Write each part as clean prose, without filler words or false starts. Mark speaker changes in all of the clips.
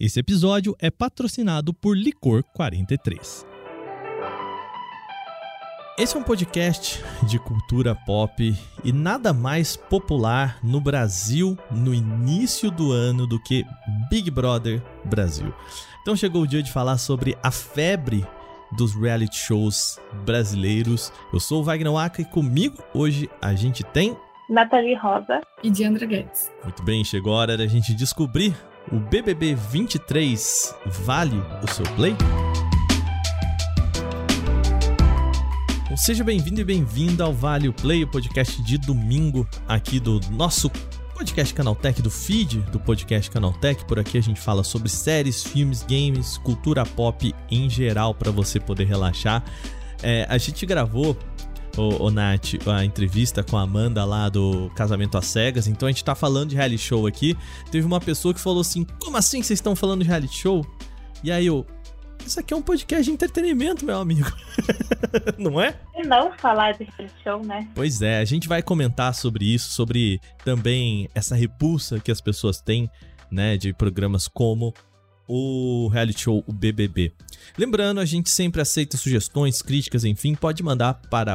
Speaker 1: Esse episódio é patrocinado por Licor 43. Esse é um podcast de cultura pop e nada mais popular no Brasil no início do ano do que Big Brother Brasil. Então chegou o dia de falar sobre a febre dos reality shows brasileiros. Eu sou o Wagner Waka e comigo hoje a gente tem...
Speaker 2: Nathalie Rosa
Speaker 3: e Diandra Guedes.
Speaker 1: Muito bem, chegou a hora da gente descobrir: o BBB 23 vale o seu play? Então, seja bem-vindo e bem-vinda ao Vale o Play, o podcast de domingo aqui do nosso podcast Canaltech, do feed do podcast Canaltech. Por aqui a gente fala sobre séries, filmes, games, cultura pop em geral para você poder relaxar. A gente gravou, Nath, a entrevista com a Amanda lá do Casamento às Cegas, então a gente tá falando de reality show aqui. Teve uma pessoa que falou assim: como assim vocês estão falando de reality show? E aí isso aqui é um podcast de entretenimento, meu amigo. Não é?
Speaker 2: E não falar de reality show, né?
Speaker 1: Pois é, a gente vai comentar sobre isso, sobre também essa repulsa que as pessoas têm, né, de programas como o reality show, o BBB. Lembrando, a gente sempre aceita sugestões, críticas, enfim, pode mandar para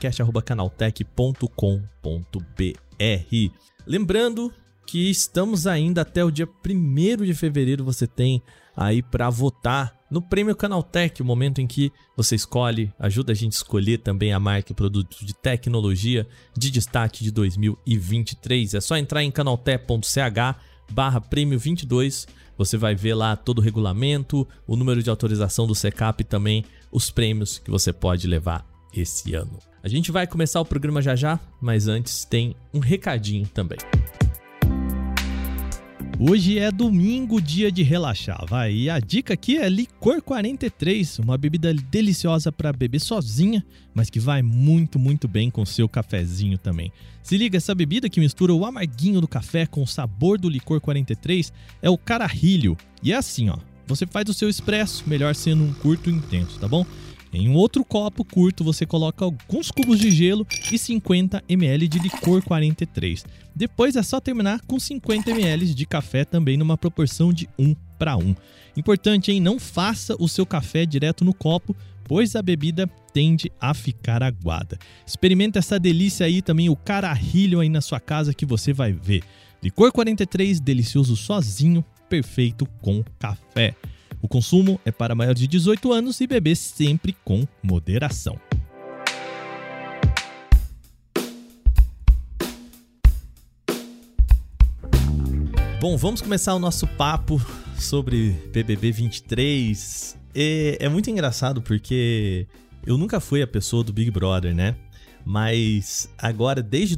Speaker 1: podcast@canaltech.com.br. Lembrando que estamos ainda até o dia 1º de fevereiro, você tem aí para votar no Prêmio Canaltech, o momento em que você escolhe, ajuda a gente a escolher também a marca e produto de tecnologia de destaque de 2023. É só entrar em canaltech.ch/prêmio22, você vai ver lá todo o regulamento, o número de autorização do CECAP e também os prêmios que você pode levar esse ano. A gente vai começar o programa já, mas antes tem um recadinho também. Hoje é domingo, dia de relaxar, vai. E a dica aqui é Licor 43, uma bebida deliciosa para beber sozinha, mas que vai muito, muito bem com o seu cafezinho também. Se liga, essa bebida que mistura o amarguinho do café com o sabor do Licor 43 é o Carajillo. E é assim, você faz o seu expresso, melhor sendo um curto e intenso, tá bom? Em um outro copo curto, você coloca alguns cubos de gelo e 50 ml de licor 43. Depois é só terminar com 50 ml de café também numa proporção de 1:1. Importante, hein? Não faça o seu café direto no copo, pois a bebida tende a ficar aguada. Experimenta essa delícia aí também, o Carajillo aí na sua casa, que você vai ver. Licor 43, delicioso sozinho, perfeito com café. O consumo é para maiores de 18 anos e beber sempre com moderação. Bom, vamos começar o nosso papo sobre BBB 23. É muito engraçado porque eu nunca fui a pessoa do Big Brother, né? Mas agora, desde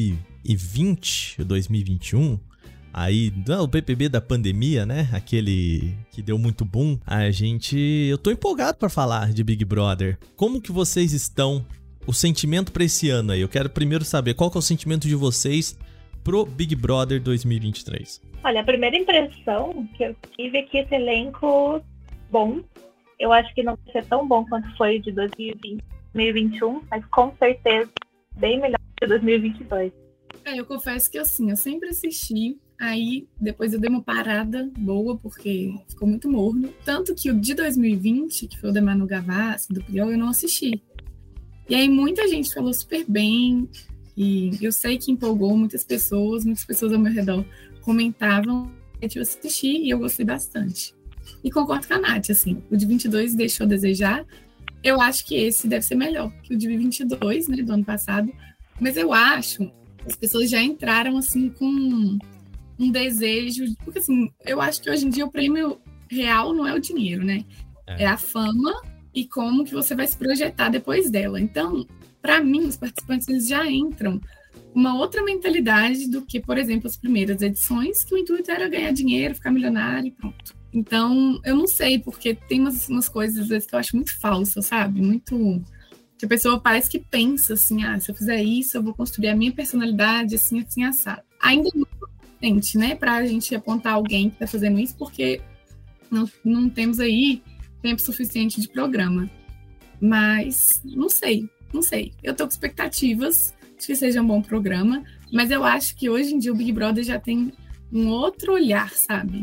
Speaker 1: 2020, 2021... aí, o BBB da pandemia, né? Aquele que deu muito boom. Eu tô empolgado pra falar de Big Brother. Como que vocês estão? O sentimento pra esse ano aí? Eu quero primeiro saber qual que é o sentimento de vocês pro Big Brother 2023.
Speaker 2: Olha, a primeira impressão que eu tive é que esse elenco bom. Eu acho que não vai ser tão bom quanto foi de 2020, 2021, mas com certeza bem melhor que 2022.
Speaker 3: Eu confesso que assim, eu sempre assisti. Aí, depois eu dei uma parada boa, porque ficou muito morno. Tanto que o de 2020, que foi o da Manu Gavassi, do Priol, eu não assisti. E aí, muita gente falou super bem. E eu sei que empolgou muitas pessoas ao meu redor comentavam. Eu assisti e eu gostei bastante. E concordo com a Nath, assim, o de 22 deixou a desejar. Eu acho que esse deve ser melhor que o de 22, né, do ano passado. Mas eu acho que as pessoas já entraram, assim, com um desejo, porque assim, eu acho que hoje em dia o prêmio real não é o dinheiro, né? É a fama e como que você vai se projetar depois dela. Então, para mim, os participantes eles já entram com uma outra mentalidade do que, por exemplo, as primeiras edições, que o intuito era ganhar dinheiro, ficar milionário e pronto. Então, eu não sei, porque tem umas coisas, às vezes, que eu acho muito falsas, sabe? Muito... que a pessoa parece que pensa assim, se eu fizer isso, eu vou construir a minha personalidade, assim, assado. Ainda né, para a gente apontar alguém que está fazendo isso, porque não temos aí tempo suficiente de programa. Mas não sei. Eu estou com expectativas de que seja um bom programa, mas eu acho que hoje em dia o Big Brother já tem um outro olhar, sabe?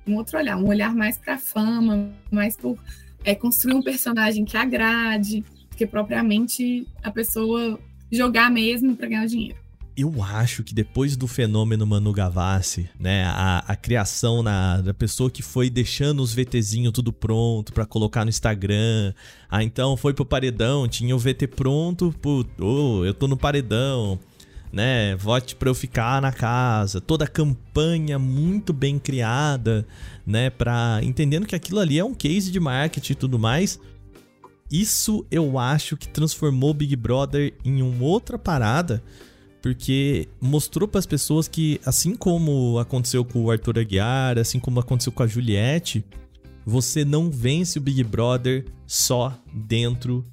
Speaker 3: um outro olhar, um olhar mais para fama, mais por construir um personagem que agrade, do que propriamente a pessoa jogar mesmo para ganhar dinheiro.
Speaker 1: Eu acho que depois do fenômeno Manu Gavassi, né, a criação da pessoa que foi deixando os VTzinhos tudo pronto pra colocar no Instagram, então foi pro paredão, tinha o VT pronto, eu tô no paredão, né, vote pra eu ficar na casa, toda a campanha muito bem criada, né, entendendo que aquilo ali é um case de marketing e tudo mais. Isso eu acho que transformou o Big Brother em uma outra parada, porque mostrou para as pessoas que, assim como aconteceu com o Arthur Aguiar, assim como aconteceu com a Juliette, você não vence o Big Brother só dentro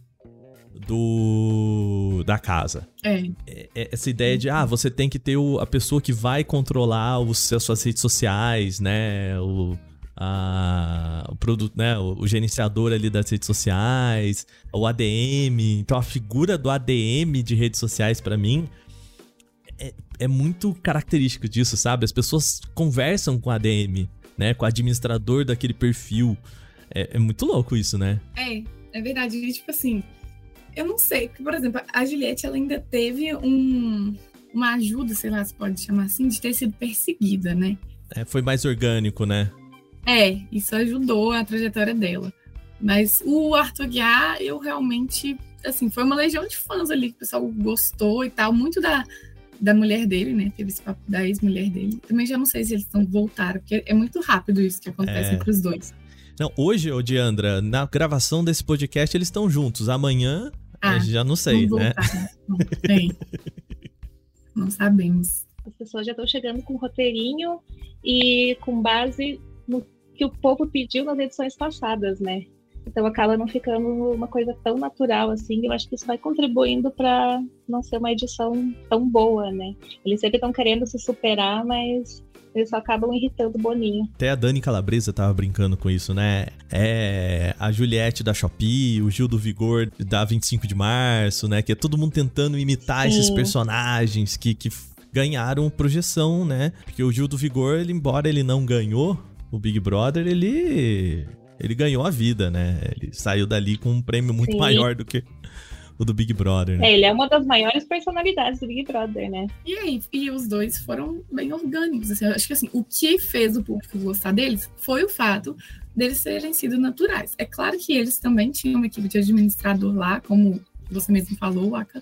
Speaker 1: da casa. Essa ideia de, você tem que ter a pessoa que vai controlar as suas redes sociais, né, o produto, né, o gerenciador ali das redes sociais, o ADM. Então a figura do ADM de redes sociais, para mim, é muito característico disso, sabe? As pessoas conversam com o ADM, né? Com o administrador daquele perfil. É muito louco isso, né?
Speaker 3: É verdade. E, tipo assim, eu não sei. Porque, por exemplo, a Juliette, ela ainda teve uma ajuda, sei lá, se pode chamar assim, de ter sido perseguida, né?
Speaker 1: Foi mais orgânico, né?
Speaker 3: Isso ajudou a trajetória dela. Mas o Arthur Aguiar, eu realmente, assim, foi uma legião de fãs ali, que o pessoal gostou e tal, muito da mulher dele, né? Teve esse papo da ex-mulher dele. Também já não sei se eles voltaram, porque é muito rápido isso que acontece entre os dois.
Speaker 1: Não, hoje, Diandra, na gravação desse podcast, eles estão juntos. Amanhã, já não sei, né?
Speaker 3: Não sabemos.
Speaker 2: As pessoas já estão chegando com roteirinho e com base no que o povo pediu nas edições passadas, né? Então acaba não ficando uma coisa tão natural assim. Eu acho que isso vai contribuindo para não ser uma edição tão boa, né? Eles sempre estão querendo se superar, mas eles só acabam irritando o Boninho.
Speaker 1: Até a Dani Calabresa tava brincando com isso, né? A Juliette da Shopee, o Gil do Vigor da 25 de março, né? Que é todo mundo tentando imitar esses personagens que ganharam projeção, né? Porque o Gil do Vigor, embora ele não ganhou o Big Brother, ele ganhou a vida, né? Ele saiu dali com um prêmio muito maior do que o do Big Brother, né?
Speaker 2: Ele é uma das maiores personalidades do Big Brother, né?
Speaker 3: E os dois foram bem orgânicos. Assim, eu acho que assim, o que fez o público gostar deles foi o fato deles terem sido naturais. É claro que eles também tinham uma equipe de administrador lá, como você mesmo falou, Aka.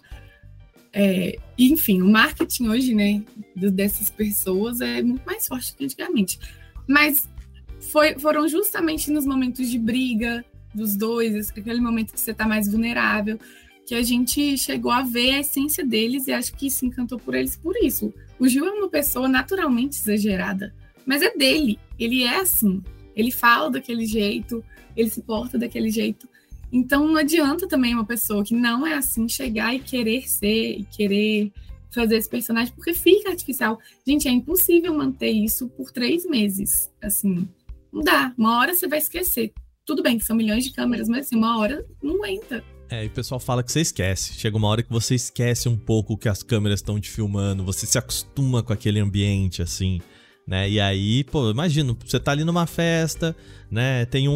Speaker 3: Enfim, o marketing hoje, né, dessas pessoas é muito mais forte que antigamente. Mas foram justamente nos momentos de briga dos dois, aquele momento que você tá mais vulnerável, que a gente chegou a ver a essência deles e acho que se encantou por eles por isso. O Gil é uma pessoa naturalmente exagerada, mas é dele, ele é assim, ele fala daquele jeito, ele se porta daquele jeito, então não adianta também uma pessoa que não é assim chegar e querer ser, e querer fazer esse personagem, porque fica artificial. Gente, é impossível manter isso por 3 meses, assim, não dá, uma hora você vai esquecer. Tudo bem que são milhões de câmeras, mas assim, uma hora não aguenta.
Speaker 1: E o pessoal fala que você esquece. Chega uma hora que você esquece um pouco que as câmeras estão te filmando, você se acostuma com aquele ambiente, assim, né? E aí, imagina, você tá ali numa festa, né? Tem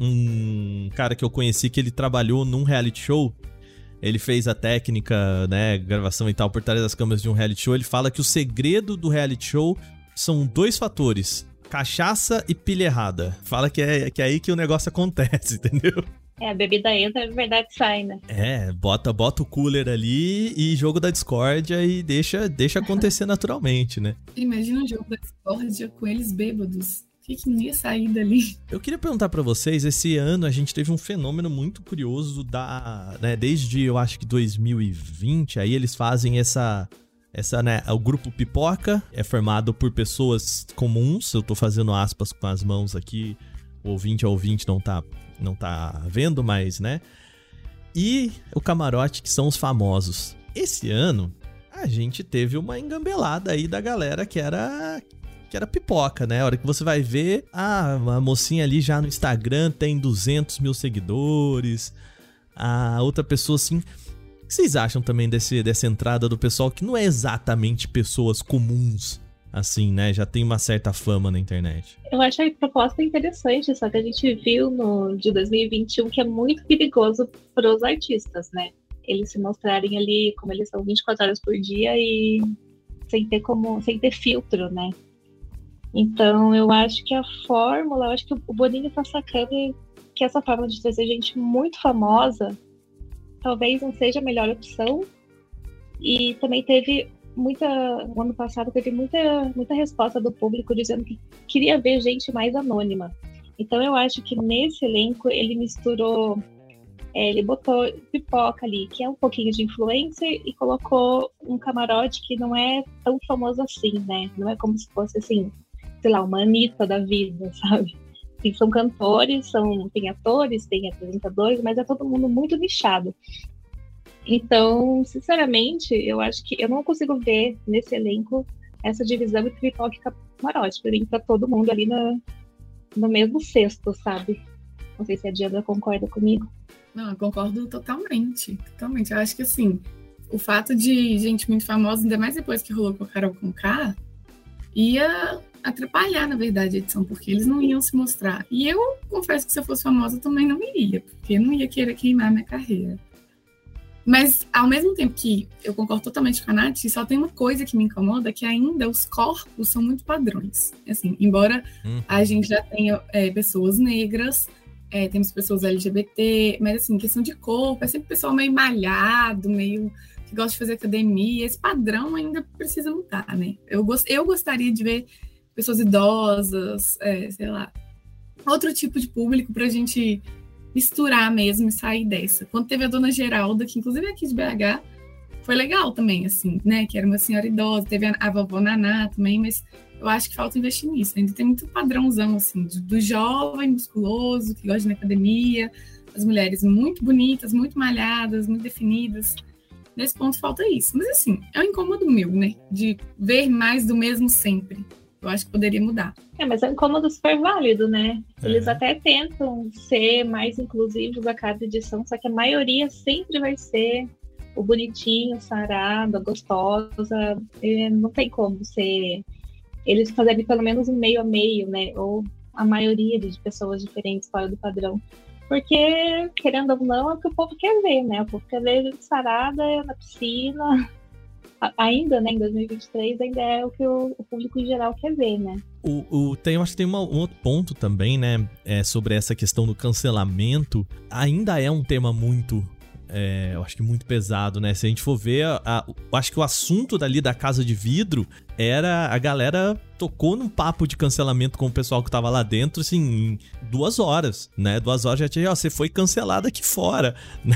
Speaker 1: um cara que eu conheci que ele trabalhou num reality show. Ele fez a técnica, né, gravação e tal, por trás das câmeras de um reality show. Ele fala que o segredo do reality show são 2 fatores: cachaça e pilha errada. Fala que é aí que o negócio acontece, entendeu?
Speaker 2: A bebida entra, a verdade sai, né?
Speaker 1: Bota o cooler ali e jogo da discórdia e deixa acontecer naturalmente, né?
Speaker 3: Imagina um jogo da discórdia com eles bêbados. O que não ia sair dali? Eu
Speaker 1: queria perguntar pra vocês, esse ano a gente teve um fenômeno muito curioso né, desde, eu acho que 2020, aí eles fazem essa, né, o grupo Pipoca é formado por pessoas comuns, eu tô fazendo aspas com as mãos aqui, o ouvinte não tá vendo, mas, né? E o camarote, que são os famosos. Esse ano, a gente teve uma engambelada aí da galera que era pipoca, né? A hora que você vai ver, a mocinha ali já no Instagram tem 200 mil seguidores. A outra pessoa, assim... O que vocês acham também dessa entrada do pessoal que não é exatamente pessoas comuns assim, né? Já tem uma certa fama na internet.
Speaker 2: Eu acho a proposta interessante, só que a gente viu no de 2021 que é muito perigoso para os artistas, né? Eles se mostrarem ali como eles são 24 horas por dia e sem ter filtro, né? Então eu acho que eu acho que o Boninho tá sacando que essa forma de trazer gente muito famosa talvez não seja a melhor opção. E também no ano passado teve muita resposta do público dizendo que queria ver gente mais anônima. Então eu acho que nesse elenco ele misturou, ele botou Pipoca ali, que é um pouquinho de influencer, e colocou um camarote que não é tão famoso assim, né? Não é como se fosse assim, sei lá, uma Anitta da vida, sabe? Assim, são cantores, tem atores, tem apresentadores, mas é todo mundo muito nichado. Então, sinceramente, eu acho que eu não consigo ver nesse elenco essa divisão entre Pipoca e camarote. Para mim, tá todo mundo ali no mesmo cesto, sabe? Não sei se a Diana concorda comigo.
Speaker 3: Não, eu concordo totalmente. Totalmente. Eu acho que, assim, o fato de gente muito famosa, ainda mais depois que rolou com a Carol Conká, ia atrapalhar, na verdade, a edição, porque eles não iam se mostrar. E eu confesso que se eu fosse famosa, eu também não iria, porque eu não ia querer queimar minha carreira. Mas, ao mesmo tempo que eu concordo totalmente com a Nath, só tem uma coisa que me incomoda, que ainda os corpos são muito padrões. Assim, embora a gente já tenha pessoas negras, temos pessoas LGBT, mas, assim, questão de corpo, é sempre pessoal meio malhado, meio que gosta de fazer academia. Esse padrão ainda precisa mudar, né? Eu gostaria de ver pessoas idosas, sei lá, outro tipo de público pra gente misturar mesmo e sair dessa. Quando teve a Dona Geralda, que inclusive é aqui de BH, foi legal também, assim, né? Que era uma senhora idosa, teve a vovó Naná também, mas eu acho que falta investir nisso. Ainda tem muito padrãozão, assim, do jovem, musculoso, que gosta de ir na academia, as mulheres muito bonitas, muito malhadas, muito definidas. Nesse ponto falta isso. Mas, assim, é um incômodo meu, né? De ver mais do mesmo sempre. Eu acho que poderia mudar.
Speaker 2: Mas é um incômodo super válido, né? Eles até tentam ser mais inclusivos a cada edição, só que a maioria sempre vai ser o bonitinho, o sarado, a gostosa. Não tem como ser... Eles fazerem pelo menos um meio a meio, né? Ou a maioria de pessoas diferentes fora do padrão. Porque, querendo ou não, é o que o povo quer ver, né? O povo quer ver gente sarada na piscina... Ainda, né, em 2023, ainda é o que o público em geral quer ver, né?
Speaker 1: Eu acho que tem um outro ponto também, né, sobre essa questão do cancelamento. Ainda é um tema muito, eu acho que muito pesado, né? Se a gente for ver, eu acho que o assunto dali da Casa de Vidro era... A galera tocou num papo de cancelamento com o pessoal que tava lá dentro, assim, em 2 horas, né? 2 horas já tinha, você foi cancelado aqui fora, né?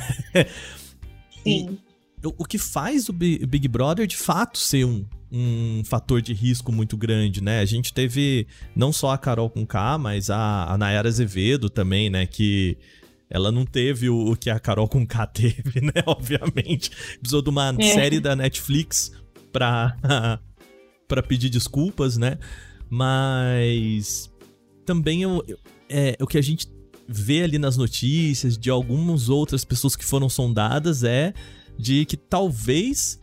Speaker 2: Sim.
Speaker 1: O que faz o Big Brother, de fato, ser um fator de risco muito grande, né? A gente teve não só a Carol Conká, mas a Nayara Azevedo também, né? Que ela não teve o que a Carol Conká teve, né? Obviamente. Precisou de uma série da Netflix pra pedir desculpas, né? Mas também o que a gente vê ali nas notícias de algumas outras pessoas que foram sondadas de que talvez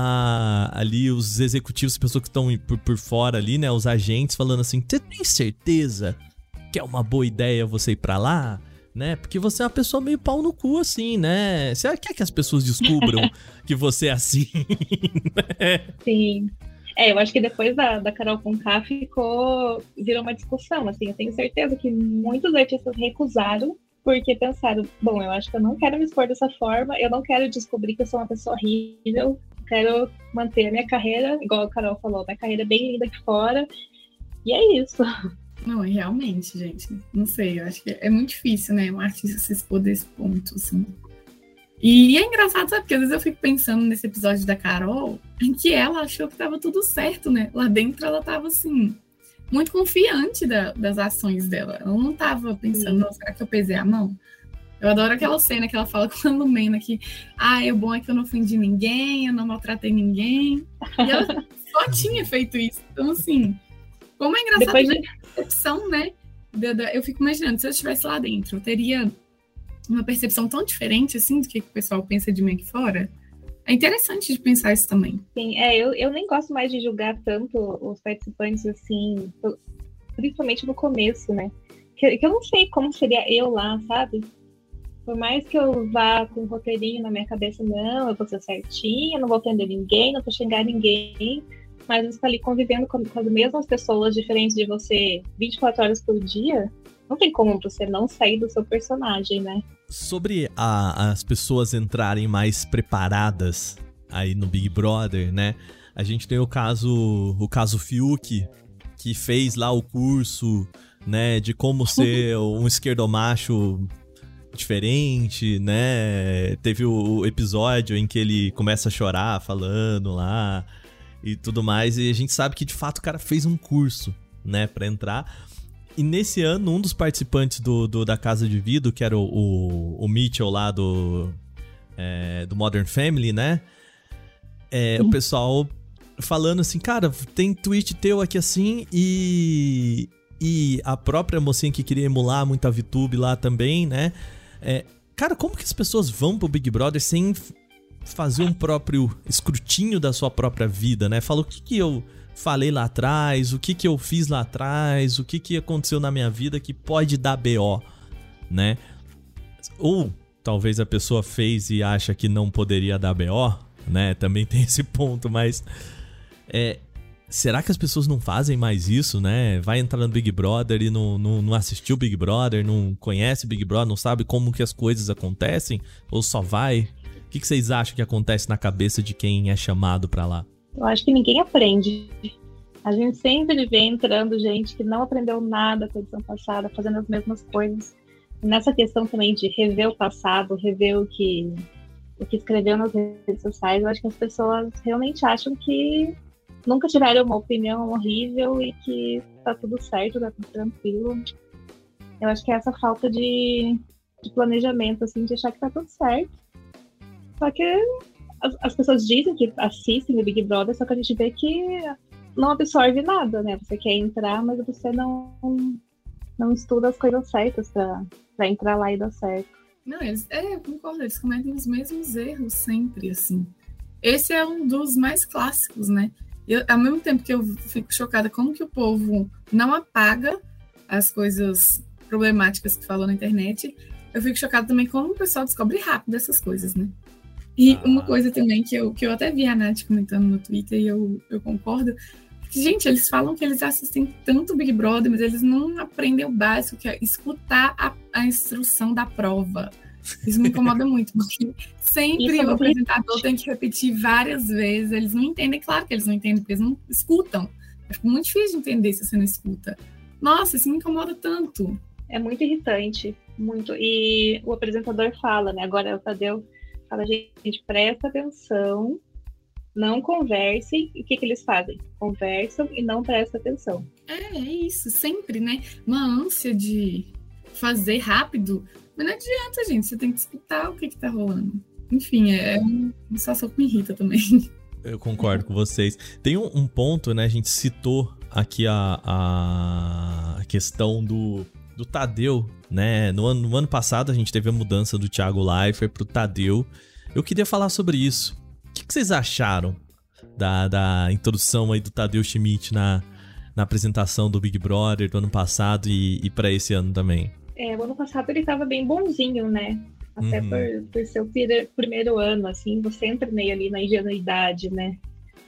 Speaker 1: ali os executivos, pessoas que estão por fora ali, né, os agentes falando assim, você tem certeza que é uma boa ideia você ir pra lá? Né? Porque você é uma pessoa meio pau no cu, assim, né? Você quer que as pessoas descubram que você é assim? Né?
Speaker 2: Sim. Eu acho que depois da Carol Conká virou uma discussão, assim, eu tenho certeza que muitos artistas recusaram porque pensaram, bom, eu acho que eu não quero me expor dessa forma, eu não quero descobrir que eu sou uma pessoa horrível, quero manter a minha carreira, igual a Carol falou, minha carreira é bem linda aqui fora, e é isso.
Speaker 3: Não, realmente, gente, não sei, eu acho que é muito difícil, né, um artista se expor desse ponto, assim. E é engraçado, sabe, porque às vezes eu fico pensando nesse episódio da Carol, em que ela achou que tava tudo certo, né, lá dentro ela tava, assim, muito confiante das ações dela. Ela não tava pensando, não, será que eu pesei a mão? Eu adoro aquela cena que ela fala com a Lumena que o bom é que eu não ofendi ninguém, eu não maltratei ninguém. E ela só tinha feito isso. Então, assim, como é engraçado a percepção, né? Eu fico imaginando, se eu estivesse lá dentro, eu teria uma percepção tão diferente, assim, do que o pessoal pensa de mim aqui fora. É interessante de pensar isso também.
Speaker 2: Sim, eu nem gosto mais de julgar tanto os participantes, assim, principalmente no começo, né? Que eu não sei como seria eu lá, sabe? Por mais que eu vá com um roteirinho na minha cabeça, não, eu vou ser certinha, não vou ofender ninguém, não vou xingar ninguém, mas você tá ali convivendo com as mesmas pessoas diferentes de você 24 horas por dia, não tem como você não sair do seu personagem, né?
Speaker 1: Sobre as pessoas entrarem mais preparadas aí no Big Brother, né? A gente tem o caso Fiuk, que fez lá o curso, né, de como ser um esquerdomacho diferente, né? Teve o episódio em que ele começa a chorar falando lá e tudo mais, e a gente sabe que de fato o cara fez um curso, né, pra entrar. E nesse ano, um dos participantes da Casa de Vidro, que era o Mitchell lá do Modern Family, né? O pessoal falando assim, cara, tem tweet teu aqui assim, e a própria mocinha que queria emular muito a VTube lá também, né? Cara, como que as pessoas vão pro Big Brother sem fazer um próprio escrutínio da sua própria vida, né? Fala o que eu falei lá atrás, o que eu fiz lá atrás, o que aconteceu na minha vida que pode dar BO, né? Ou talvez a pessoa fez e acha que não poderia dar BO, né? Também tem esse ponto, mas será que as pessoas não fazem mais isso, né? Vai entrar no Big Brother e não assistiu Big Brother, não conhece Big Brother, não sabe como que as coisas acontecem? Ou só vai? O que vocês acham que acontece na cabeça de quem é chamado pra lá?
Speaker 2: Eu acho que ninguém aprende. A gente sempre vê entrando gente que não aprendeu nada com a edição passada, fazendo as mesmas coisas. E nessa questão também de rever o passado, rever o que escreveu nas redes sociais, eu acho que as pessoas realmente acham que nunca tiveram uma opinião horrível e que tá tudo certo, tá tudo tranquilo. Eu acho que é essa falta de planejamento, assim, de achar que tá tudo certo. Só que as pessoas dizem que assistem o Big Brother, só que a gente vê que não absorve nada, né? Você quer entrar, mas você não estuda as coisas certas pra entrar lá e dar certo.
Speaker 3: Não, eu concordo, eles cometem os mesmos erros sempre, assim. Esse é um dos mais clássicos, né? Ao mesmo tempo que eu fico chocada como que o povo não apaga as coisas problemáticas que falou na internet, eu fico chocada também como o pessoal descobre rápido essas coisas, né? E uma coisa também que eu até vi a Nath comentando no Twitter e eu concordo, que, gente, eles falam que eles assistem tanto Big Brother, mas eles não aprendem o básico, que é escutar a instrução da prova. Isso me incomoda muito, porque sempre o apresentador tem que repetir várias vezes. Eles não entendem, claro que eles não entendem, porque eles não escutam. Acho muito difícil de entender se você não escuta. Nossa, isso me incomoda tanto.
Speaker 2: É muito irritante, muito. E o apresentador fala, né? Agora o Tadeu fala, gente, presta atenção, não conversem. E o que eles fazem? Conversam e não prestam atenção.
Speaker 3: É isso, sempre, né? Uma ânsia de fazer rápido, mas não adianta, gente. Você tem que escutar o que tá rolando. Enfim, é uma situação que me irrita também.
Speaker 1: Eu concordo com vocês. Tem um ponto, né? A gente citou aqui a questão do Tadeu, né? No ano passado a gente teve a mudança do Thiago Leifert pro Tadeu. Eu queria falar sobre isso. O que vocês acharam da introdução aí do Tadeu Schmidt na apresentação do Big Brother do ano passado e para esse ano também?
Speaker 2: O ano passado ele tava bem bonzinho, né? Até por ser o primeiro ano, assim, você entra meio ali na ingenuidade, né?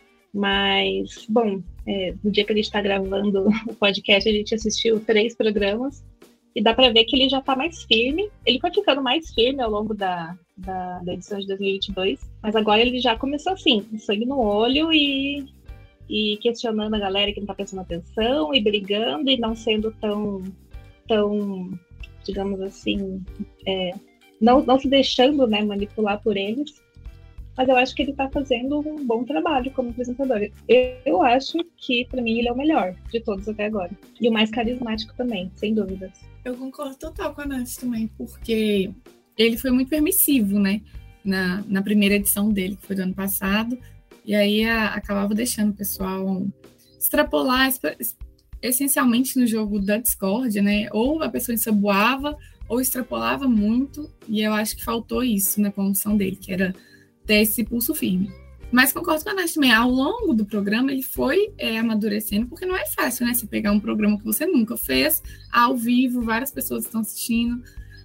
Speaker 2: Mas, bom, no dia que a gente tá gravando o podcast, a gente assistiu 3 programas e dá pra ver que ele já tá mais firme. Ele foi ficando mais firme ao longo da edição de 2022, mas agora ele já começou assim, sangue no olho e questionando a galera que não tá prestando atenção e brigando e não sendo tão digamos assim, não se deixando, né, manipular por eles. Mas eu acho que ele tá fazendo um bom trabalho como apresentador. Eu acho que, pra mim, ele é o melhor de todos até agora. E o mais carismático também, sem dúvidas.
Speaker 3: Eu concordo total com a Nath também, porque ele foi muito permissivo, né? Na primeira edição dele, que foi do ano passado. E aí acabava deixando o pessoal extrapolar, essencialmente no jogo da discórdia, né? Ou a pessoa ensaboava, ou extrapolava muito. E eu acho que faltou isso na condução dele, que era ter esse pulso firme. Mas concordo com a Nath também, ao longo do programa ele foi amadurecendo, porque não é fácil, né? Você pegar um programa que você nunca fez, ao vivo, várias pessoas estão assistindo.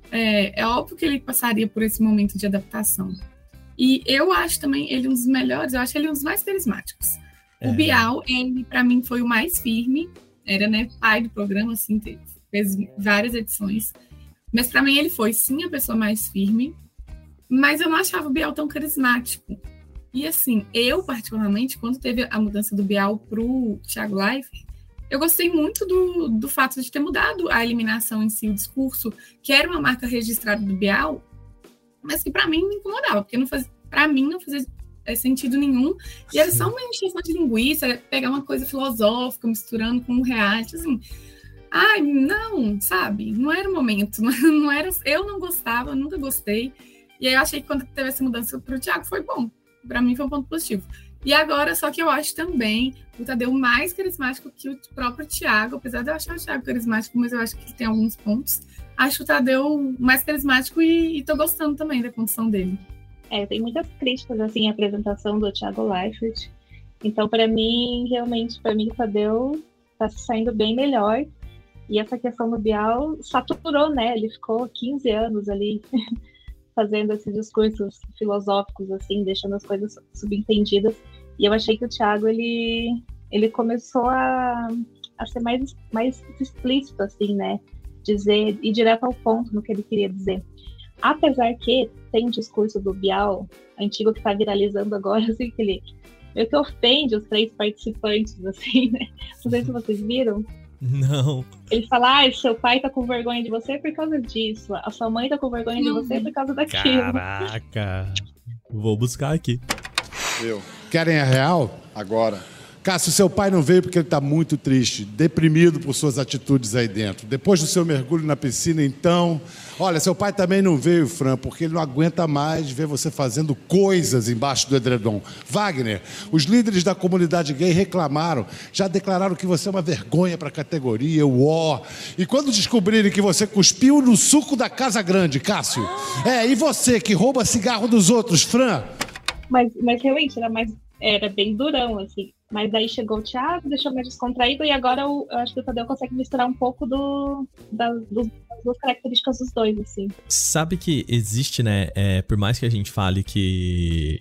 Speaker 3: É óbvio que ele passaria por esse momento de adaptação. E eu acho também ele um dos melhores, eu acho ele um dos mais carismáticos. O Bial, ele para mim foi o mais firme, era, né, pai do programa, assim, fez várias edições. Mas para mim ele foi, sim, a pessoa mais firme, mas eu não achava o Bial tão carismático. E assim, eu particularmente, quando teve a mudança do Bial pro Thiago Leifert, eu gostei muito do fato de ter mudado a eliminação em si, o discurso, que era uma marca registrada do Bial, mas que para mim me incomodava, porque para mim não fazia sentido nenhum, e era só uma encheção de linguiça, pegar uma coisa filosófica, misturando com um reality, assim. Ai, não, sabe? Não era o momento, não era, eu não gostava, eu nunca gostei, e aí eu achei que quando teve essa mudança pro Thiago foi bom, para mim foi um ponto positivo. E agora, só que eu acho também o Tadeu mais carismático que o próprio Thiago, apesar de eu achar o Thiago carismático, mas eu acho que ele tem alguns pontos. Acho o Tadeu mais carismático e tô gostando também da condição dele.
Speaker 2: Tem muitas críticas, assim, à apresentação do Thiago Leifert. Então, para mim, o Tadeu tá se saindo bem melhor. E essa questão do Bial saturou, né? Ele ficou 15 anos ali fazendo esses discursos filosóficos, assim, deixando as coisas subentendidas. E eu achei que o Thiago, ele começou a ser mais explícito, assim, né? Ir direto ao ponto no que ele queria dizer. Apesar que tem um discurso do Bial, antigo, que tá viralizando agora, assim, que ele meio que ofende os 3 participantes, assim, né? Não sei se vocês viram.
Speaker 1: Não.
Speaker 2: Ele fala, seu pai tá com vergonha de você por causa disso, a sua mãe tá com vergonha de você por causa daquilo.
Speaker 1: Caraca, vou buscar aqui.
Speaker 4: Querem a real? Agora. Cássio, seu pai não veio porque ele está muito triste, deprimido por suas atitudes aí dentro. Depois do seu mergulho na piscina, então... Olha, seu pai também não veio, Fran, porque ele não aguenta mais ver você fazendo coisas embaixo do edredom. Wagner, os líderes da comunidade gay reclamaram, já declararam que você é uma vergonha para a categoria, E quando descobrirem que você cuspiu no suco da Casa Grande, Cássio? E você que rouba cigarro dos outros, Fran?
Speaker 2: Mas realmente era bem durão, assim. Mas daí chegou o Thiago, deixou mais descontraído, e agora eu acho que o Tadeu consegue misturar um pouco das duas características dos dois, assim.
Speaker 1: Sabe que existe, né? Por mais que a gente fale que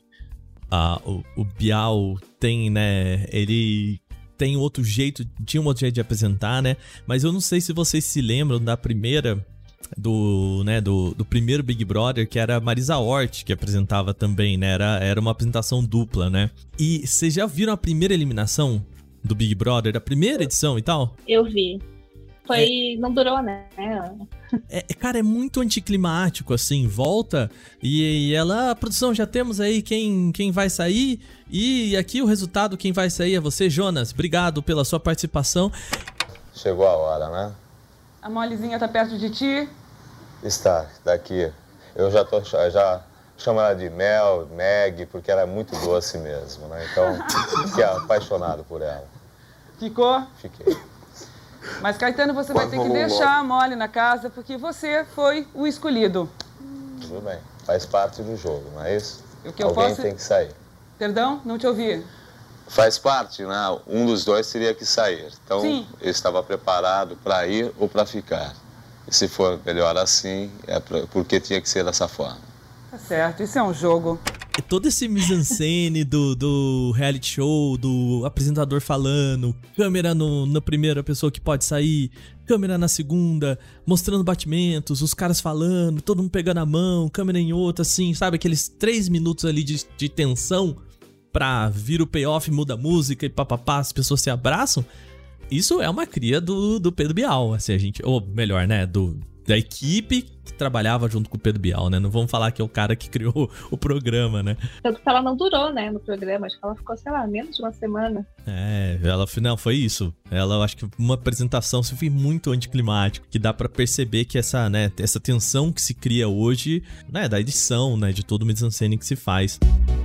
Speaker 1: o Bial tem, né? Ele tem outro jeito, tinha um outro jeito de apresentar, né? Mas eu não sei se vocês se lembram da primeira... Do primeiro Big Brother, que era a Marisa Hort, que apresentava também, né? Era uma apresentação dupla, né? E vocês já viram a primeira eliminação do Big Brother, da primeira edição e tal?
Speaker 2: Eu vi. Não durou, né?
Speaker 1: Cara, é muito anticlimático, assim, volta e a produção, já temos aí quem vai sair, e aqui o resultado, quem vai sair é você, Jonas. Obrigado pela sua participação.
Speaker 5: Chegou a hora, né?
Speaker 6: A Molezinha tá perto de ti?
Speaker 5: Está, daqui. Eu já chamo ela de Mel, Meg, porque ela é muito doce mesmo, né? Então, fiquei apaixonado por ela.
Speaker 6: Ficou?
Speaker 5: Fiquei.
Speaker 6: Mas, Caetano, você vai ter que deixar a Mole na casa, porque você foi o escolhido.
Speaker 5: Tudo bem, faz parte do jogo, não é isso?
Speaker 6: Alguém
Speaker 5: tem que sair.
Speaker 6: Perdão? Não te ouvi.
Speaker 5: Faz parte, né? Um dos dois teria que sair. Então,
Speaker 6: sim,
Speaker 5: eu estava preparado para ir ou para ficar. E se for melhor assim, porque tinha que ser dessa forma.
Speaker 6: Tá certo, isso é um jogo.
Speaker 1: Todo esse mise-en-scène do reality show, do apresentador falando, câmera na primeira pessoa que pode sair, câmera na segunda, mostrando batimentos, os caras falando, todo mundo pegando a mão, câmera em outra, assim, sabe? Aqueles 3 minutos ali de tensão pra vir o payoff, muda a música e papapá, as pessoas se abraçam. Isso é uma cria do Pedro Bial, assim, ou melhor, né, da equipe que trabalhava junto com o Pedro Bial, né? Não vamos falar que é o cara que criou o programa, né?
Speaker 2: Tanto que ela não durou, né, no programa. Acho que ela ficou, sei lá, menos de uma semana.
Speaker 1: Não, foi isso. Ela, eu acho que uma apresentação foi muito anticlimático, que dá pra perceber que essa tensão que se cria hoje, né, da edição, né, de todo o mise-en-scène que se faz.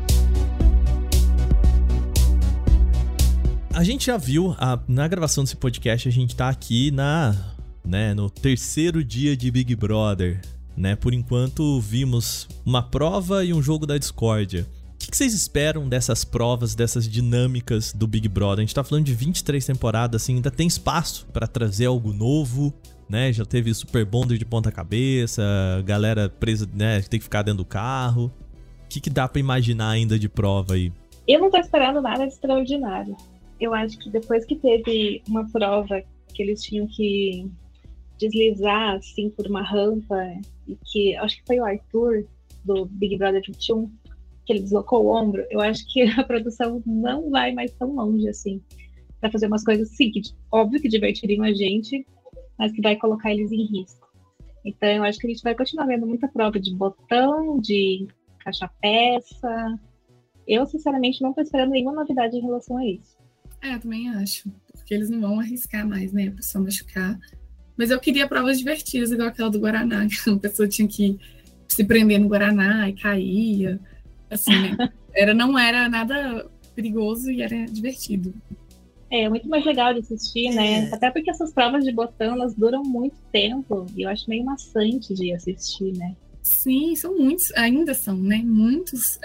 Speaker 1: A gente já viu, na gravação desse podcast, a gente tá aqui no terceiro dia de Big Brother, né? Por enquanto, vimos uma prova e um jogo da discórdia. que vocês esperam dessas provas, dessas dinâmicas do Big Brother? A gente tá falando de 23 temporadas, assim, ainda tem espaço pra trazer algo novo, né? Já teve Super Bonder de ponta cabeça, galera presa, né, que tem que ficar dentro do carro. O que dá pra imaginar ainda de prova aí?
Speaker 2: Eu não tô esperando nada de extraordinário. Eu acho que depois que teve uma prova que eles tinham que deslizar, assim, por uma rampa, e que, acho que foi o Arthur, do Big Brother 21, que ele deslocou o ombro, eu acho que a produção não vai mais tão longe, assim, pra fazer umas coisas, sim, que, óbvio que divertiriam a gente, mas que vai colocar eles em risco. Então, eu acho que a gente vai continuar vendo muita prova de botão, de caixa-peça. Eu, sinceramente, não tô esperando nenhuma novidade em relação a isso.
Speaker 3: Eu também acho, porque eles não vão arriscar mais, né, a pessoa machucar. Mas eu queria provas divertidas, igual aquela do Guaraná, que a pessoa tinha que se prender no Guaraná e caía, assim, né? Não era nada perigoso e era divertido.
Speaker 2: É muito mais legal de assistir, né? Até porque essas provas de botão, elas duram muito tempo e eu acho meio maçante de assistir, né?
Speaker 3: Sim, são muitos, ainda são, né? Muitos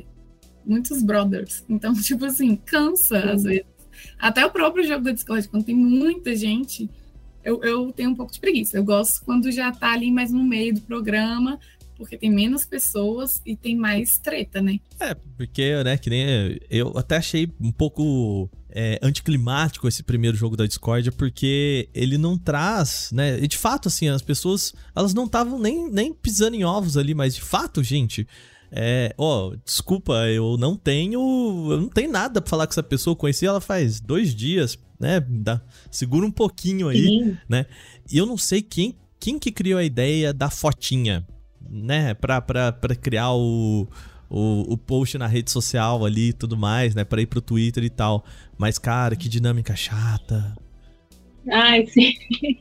Speaker 3: brothers. Então, tipo assim, cansa às vezes. Até o próprio jogo da Discord, quando tem muita gente, eu tenho um pouco de preguiça. Eu gosto quando já tá ali mais no meio do programa, porque tem menos pessoas e tem mais treta, né?
Speaker 1: Porque, né, que nem eu até achei um pouco anticlimático esse primeiro jogo da Discord, porque ele não traz, né, e de fato, assim, as pessoas, elas não estavam nem pisando em ovos ali, mas de fato, gente, desculpa, eu não tenho nada pra falar com essa pessoa, eu conheci ela faz 2 dias, né, segura um pouquinho aí, sim, né, e eu não sei quem que criou a ideia da fotinha, né, pra criar o post na rede social ali e tudo mais, né, pra ir pro Twitter e tal, mas, cara, que dinâmica chata.
Speaker 2: Ai, sim.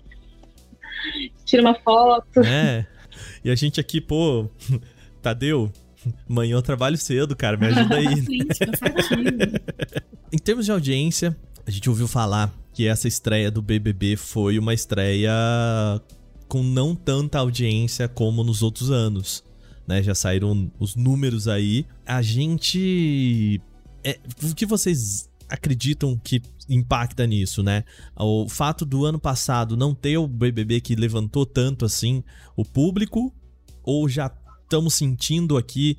Speaker 2: Tira uma foto.
Speaker 1: E a gente aqui, pô, Tadeu, amanhã eu trabalho cedo, cara, me ajuda aí. Em termos de audiência, a gente ouviu falar que essa estreia do BBB foi uma estreia com não tanta audiência como nos outros anos, né? Já saíram os números aí. A gente... o que vocês acreditam que impacta nisso, né? O fato do ano passado não ter o BBB que levantou tanto assim o público, ou já estamos sentindo aqui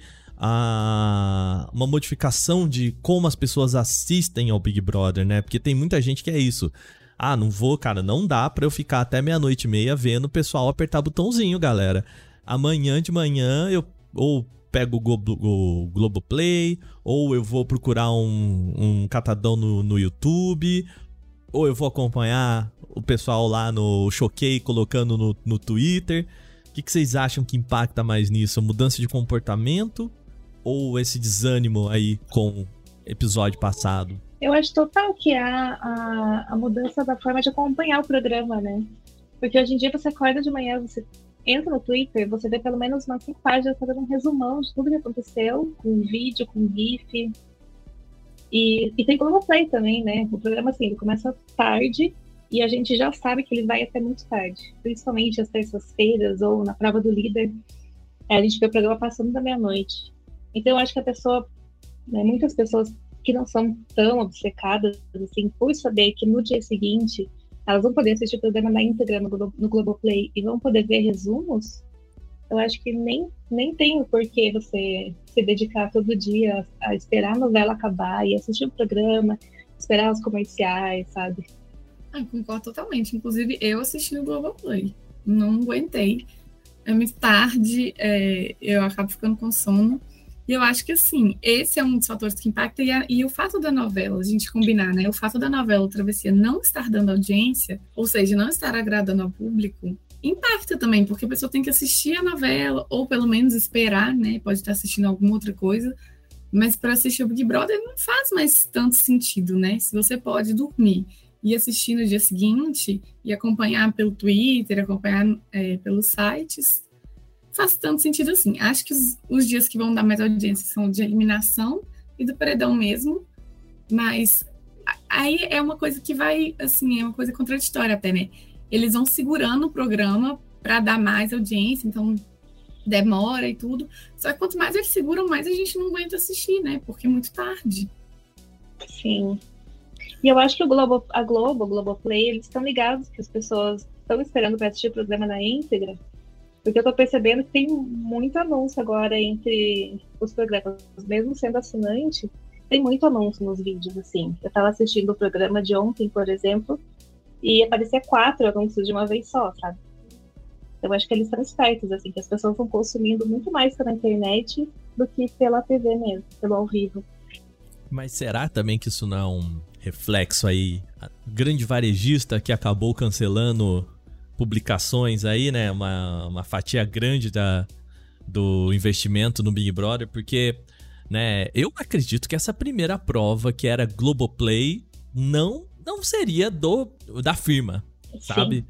Speaker 1: uma modificação de como as pessoas assistem ao Big Brother, né? Porque tem muita gente que é isso. Não vou, cara, não dá pra eu ficar até 00:30 vendo o pessoal apertar botãozinho, galera. Amanhã de manhã eu ou pego o Globoplay, ou eu vou procurar um catadão no YouTube, ou eu vou acompanhar o pessoal lá no Choquei colocando no Twitter. O que vocês acham que impacta mais nisso? A mudança de comportamento ou esse desânimo aí com o episódio passado?
Speaker 2: Eu acho total que a mudança da forma de acompanhar o programa, né? Porque hoje em dia você acorda de manhã, você entra no Twitter, você vê pelo menos umas 5 páginas fazendo um resumão de tudo que aconteceu, com vídeo, com GIF. E tem Globoplay também, né? O programa, assim, ele começa tarde e a gente já sabe que ele vai até muito tarde. Principalmente às terças-feiras ou na prova do líder. A gente vê o programa passando da 00:00. Então eu acho que a pessoa, né, muitas pessoas que não são tão obcecadas, assim, por saber que no dia seguinte elas vão poder assistir o programa na íntegra no Globoplay e vão poder ver resumos, eu acho que nem tem o porquê você se dedicar todo dia a esperar a novela acabar e assistir o programa, esperar os comerciais, sabe?
Speaker 3: Concordo totalmente. Inclusive, eu assisti no Globoplay. Não aguentei. É muito tarde, eu acabo ficando com sono. E eu acho que, assim, esse é um dos fatores que impacta. E o fato da novela, a gente combinar, né? O fato da novela Travessia não estar dando audiência, ou seja, não estar agradando ao público, impacta também, porque a pessoa tem que assistir a novela, ou pelo menos esperar, né? Pode estar assistindo alguma outra coisa. Mas para assistir o Big Brother não faz mais tanto sentido, né? Se você pode dormir e assistir no dia seguinte, e acompanhar pelo Twitter, acompanhar pelos sites, faz tanto sentido assim. Acho que os dias que vão dar mais audiência são de eliminação e do paredão mesmo, mas aí é uma coisa que vai, assim, é uma coisa contraditória até, né? Eles vão segurando o programa para dar mais audiência, então demora e tudo. Só que quanto mais eles seguram, mais a gente não aguenta assistir, né? Porque é muito tarde.
Speaker 2: Sim. E eu acho que a Globoplay, eles estão ligados que as pessoas estão esperando para assistir o programa na íntegra, porque eu tô percebendo que tem muito anúncio agora entre os programas. Mesmo sendo assinante, tem muito anúncio nos vídeos, assim. Eu tava assistindo o programa de ontem, por exemplo, e aparecia 4 anúncios de uma vez só, sabe? Eu acho que eles estão espertos, assim, que as pessoas estão consumindo muito mais pela internet do que pela TV mesmo, pelo ao vivo.
Speaker 1: Mas será também que isso não é um reflexo aí? A grande varejista que acabou cancelando publicações aí, né? Uma fatia grande do investimento no Big Brother, porque, né, eu acredito que essa primeira prova, que era Globoplay, não seria da firma, sabe?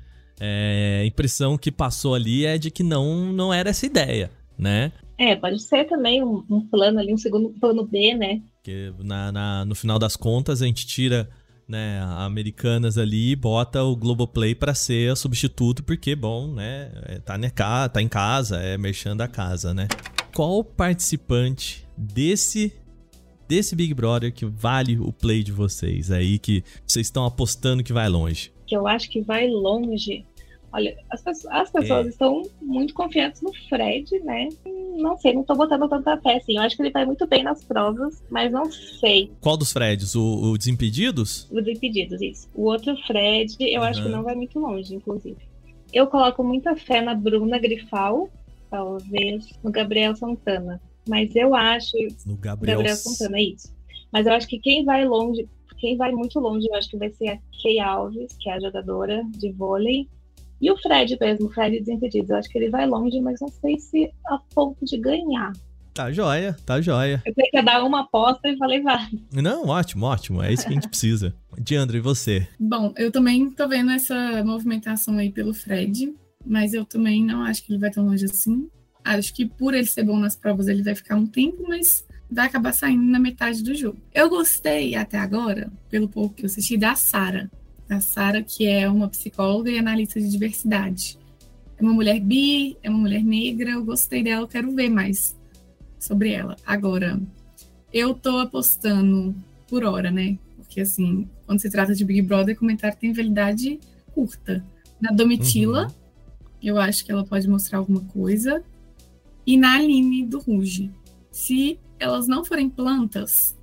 Speaker 1: A impressão que passou ali é de que não era essa ideia, né?
Speaker 2: Pode ser também um plano ali, um segundo plano B, né?
Speaker 1: Porque no final das contas a gente tira, né, a Americanas ali e bota o Globoplay pra ser o substituto, porque, bom, né, tá em casa, é merchan da casa, né? Qual participante desse Big Brother que vale o play de vocês aí, que vocês estão apostando que vai longe?
Speaker 2: Que eu acho que vai longe. Olha, as pessoas estão muito confiantes no Fred, né? Não sei, não tô botando tanta fé, assim. Eu acho que ele vai muito bem nas provas, mas não sei.
Speaker 1: Qual dos Freds? O Desimpedidos?
Speaker 2: O Desimpedidos, isso. O outro Fred, eu acho que não vai muito longe, inclusive. Eu coloco muita fé na Bruna Grifal, talvez no Gabriel Santana. Mas eu acho...
Speaker 1: No Gabriel
Speaker 2: Santana, isso. Mas eu acho que quem vai muito longe, eu acho que vai ser a Kay Alves, que é a jogadora de vôlei. E o Fred mesmo, o Fred Desimpedidos. Eu acho que ele vai longe, mas não sei se a ponto de ganhar.
Speaker 1: Tá joia.
Speaker 2: Eu tenho que dar uma aposta e falei, vai.
Speaker 1: Não, ótimo. É isso que a gente precisa. Diandra, e você?
Speaker 3: Bom, eu também tô vendo essa movimentação aí pelo Fred, mas eu também não acho que ele vai tão longe assim. Acho que por ele ser bom nas provas, ele vai ficar um tempo, mas vai acabar saindo na metade do jogo. Eu gostei até agora, pelo pouco que eu assisti, da Sara. A Sara, que é uma psicóloga e analista de diversidade. É uma mulher bi, é uma mulher negra, eu gostei dela, eu quero ver mais sobre ela. Agora, eu tô apostando por hora, né? Porque, assim, quando se trata de Big Brother, comentário tem validade curta. Na Domitila, eu acho que ela pode mostrar alguma coisa. E na Aline do Ruge. Se elas não forem plantas,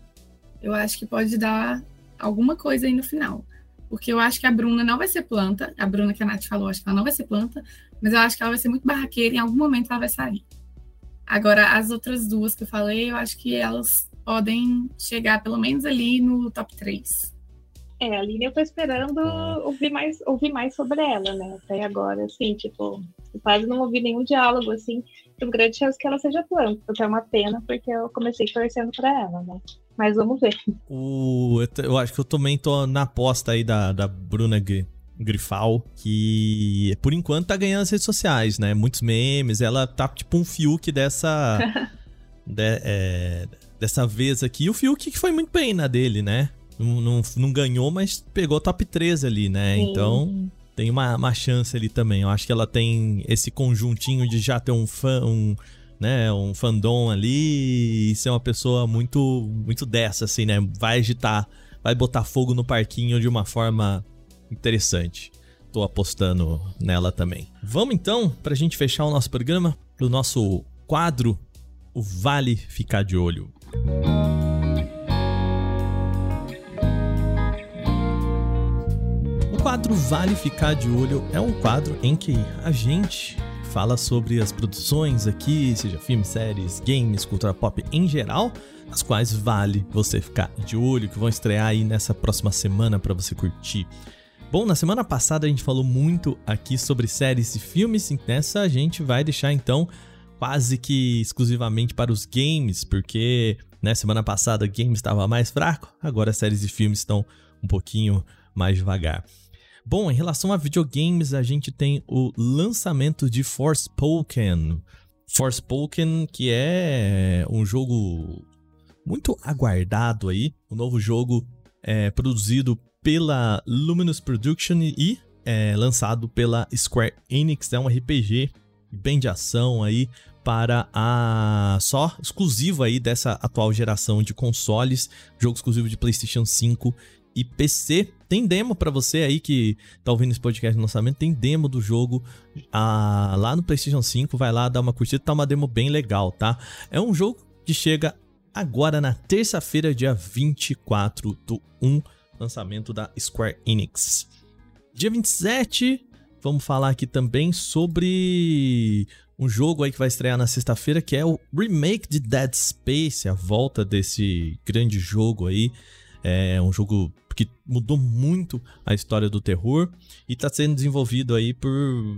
Speaker 3: eu acho que pode dar alguma coisa aí no final. Porque eu acho que a Bruna não vai ser planta. A Bruna que a Nath falou, acho que ela não vai ser planta. Mas eu acho que ela vai ser muito barraqueira e em algum momento ela vai sair. Agora, as outras duas que eu falei, eu acho que elas podem chegar pelo menos ali no top 3.
Speaker 2: A Aline eu tô esperando ouvir mais sobre ela, né? Até agora, assim, tipo, eu quase não ouvi nenhum diálogo, assim. Tem grande chance que ela seja planta. O que é uma pena, porque eu comecei torcendo pra ela, né? Mas vamos ver.
Speaker 1: Eu acho que eu também tô na aposta aí da Bruna Grifal, que por enquanto tá ganhando as redes sociais, né? Muitos memes, ela tá tipo um Fiuk dessa vez aqui. E o Fiuk que foi muito bem na dele, né? Não ganhou, mas pegou top 3 ali, né? Sim. Então tem uma chance ali também. Eu acho que ela tem esse conjuntinho de já ter um fandom ali e ser uma pessoa muito, muito dessa, assim, né? Vai agitar, vai botar fogo no parquinho de uma forma interessante. Tô apostando nela também. Vamos então, pra gente fechar o nosso programa, pro nosso quadro, o Vale Ficar de Olho. O quadro Vale Ficar de Olho é um quadro em que a gente fala sobre as produções aqui, seja filmes, séries, games, cultura pop em geral, as quais vale você ficar de olho, que vão estrear aí nessa próxima semana para você curtir. Bom, na semana passada a gente falou muito aqui sobre séries e filmes, e nessa a gente vai deixar então quase que exclusivamente para os games, porque né, semana passada games estava mais fraco, agora séries e filmes estão um pouquinho mais devagar. Bom, em relação a videogames, a gente tem o lançamento de Forspoken. Forspoken, que é um jogo muito aguardado aí. O novo jogo é produzido pela Luminous Production e é lançado pela Square Enix. É um RPG bem de ação aí para só exclusivo aí dessa atual geração de consoles, jogo exclusivo de PlayStation 5 e PC. Tem demo pra você aí que tá ouvindo esse podcast no lançamento, tem demo do jogo lá no PlayStation 5, vai lá dar uma curtida, tá uma demo bem legal, tá? É um jogo que chega agora na terça-feira, dia 24/1, lançamento da Square Enix. Dia 27, vamos falar aqui também sobre um jogo aí que vai estrear na sexta-feira, que é o remake de Dead Space, a volta desse grande jogo aí. É um jogo que mudou muito a história do terror e está sendo desenvolvido aí por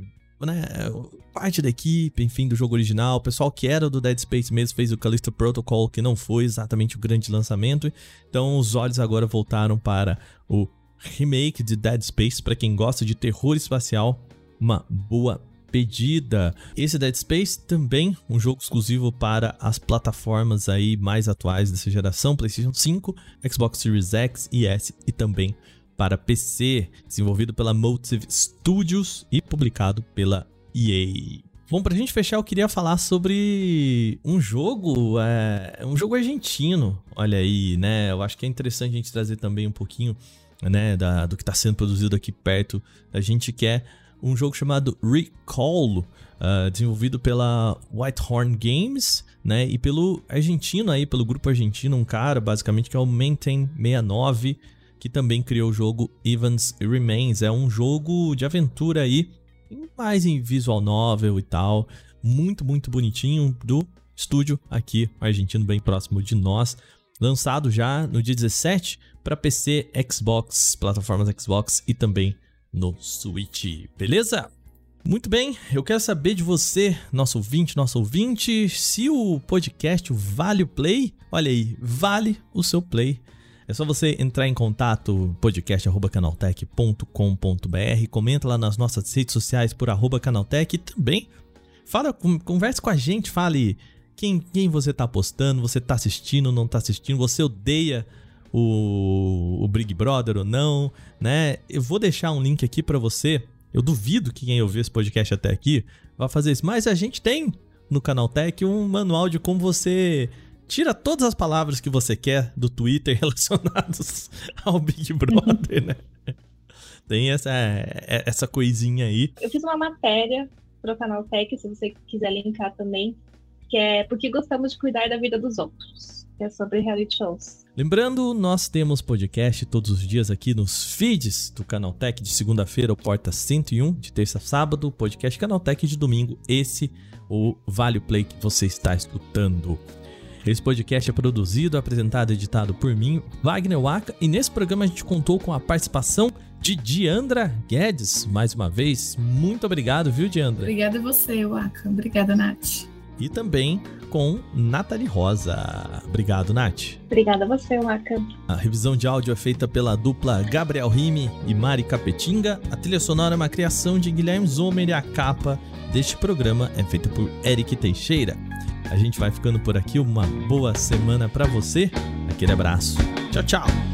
Speaker 1: parte da equipe, enfim, do jogo original. O pessoal que era do Dead Space mesmo fez o Callisto Protocol, que não foi exatamente o grande lançamento. Então os olhos agora voltaram para o remake de Dead Space. Para quem gosta de terror espacial, uma boa pedida. Esse Dead Space também um jogo exclusivo para as plataformas aí mais atuais dessa geração, PlayStation 5, Xbox Series X e S e também para PC, desenvolvido pela Motive Studios e publicado pela EA. Bom, pra gente fechar, eu queria falar sobre um jogo argentino, olha aí, né? Eu acho que é interessante a gente trazer também um pouquinho, né, do que está sendo produzido aqui perto da gente, que é um jogo chamado Recall, desenvolvido pela Whitehorn Games, né, e pelo argentino aí, pelo grupo argentino, um cara basicamente que é o Maintain69, que também criou o jogo Evans Remains. É um jogo de aventura aí, mais em visual novel e tal, muito, muito bonitinho, do estúdio aqui, argentino, bem próximo de nós, lançado já no dia 17 para PC, Xbox, plataformas Xbox e também no Switch, beleza? Muito bem, eu quero saber de você, nosso ouvinte, se o podcast vale o play. Olha aí, vale o seu play. É só você entrar em contato, podcast@canaltech.com.br, comenta lá nas nossas redes sociais por @canaltech e também converse com a gente, fale quem você tá apostando, você tá assistindo, não tá assistindo, você odeia o Big Brother ou não, né? Eu vou deixar um link aqui pra você. Eu duvido que quem ouviu esse podcast até aqui vai fazer isso, mas a gente tem no Canaltech um manual de como você tira todas as palavras que você quer do Twitter relacionadas ao Big Brother, né? Tem essa coisinha aí.
Speaker 2: Eu fiz uma matéria pro Canaltech, se você quiser linkar também, que é Porque Gostamos de Cuidar da Vida dos Outros, que é sobre reality shows.
Speaker 1: Lembrando, nós temos podcast todos os dias aqui nos feeds do Canaltech, de segunda-feira, o Porta 101, de terça a sábado, podcast Canaltech de domingo, o Vale Play que você está escutando. Esse podcast é produzido, apresentado e editado por mim, Wagner Waka, e nesse programa a gente contou com a participação de Diandra Guedes, mais uma vez. Muito obrigado, viu, Diandra?
Speaker 3: Obrigada a você, Waka. Obrigada, Nath.
Speaker 1: E também com Nathalie Rosa. Obrigado, Nath.
Speaker 2: Obrigada a você, Waka.
Speaker 1: A revisão de áudio é feita pela dupla Gabriel Rime e Mari Capetinga. A trilha sonora é uma criação de Guilherme Zomer e a capa deste programa é feita por Eric Teixeira. A gente vai ficando por aqui. Uma boa semana pra você. Aquele abraço. Tchau, tchau.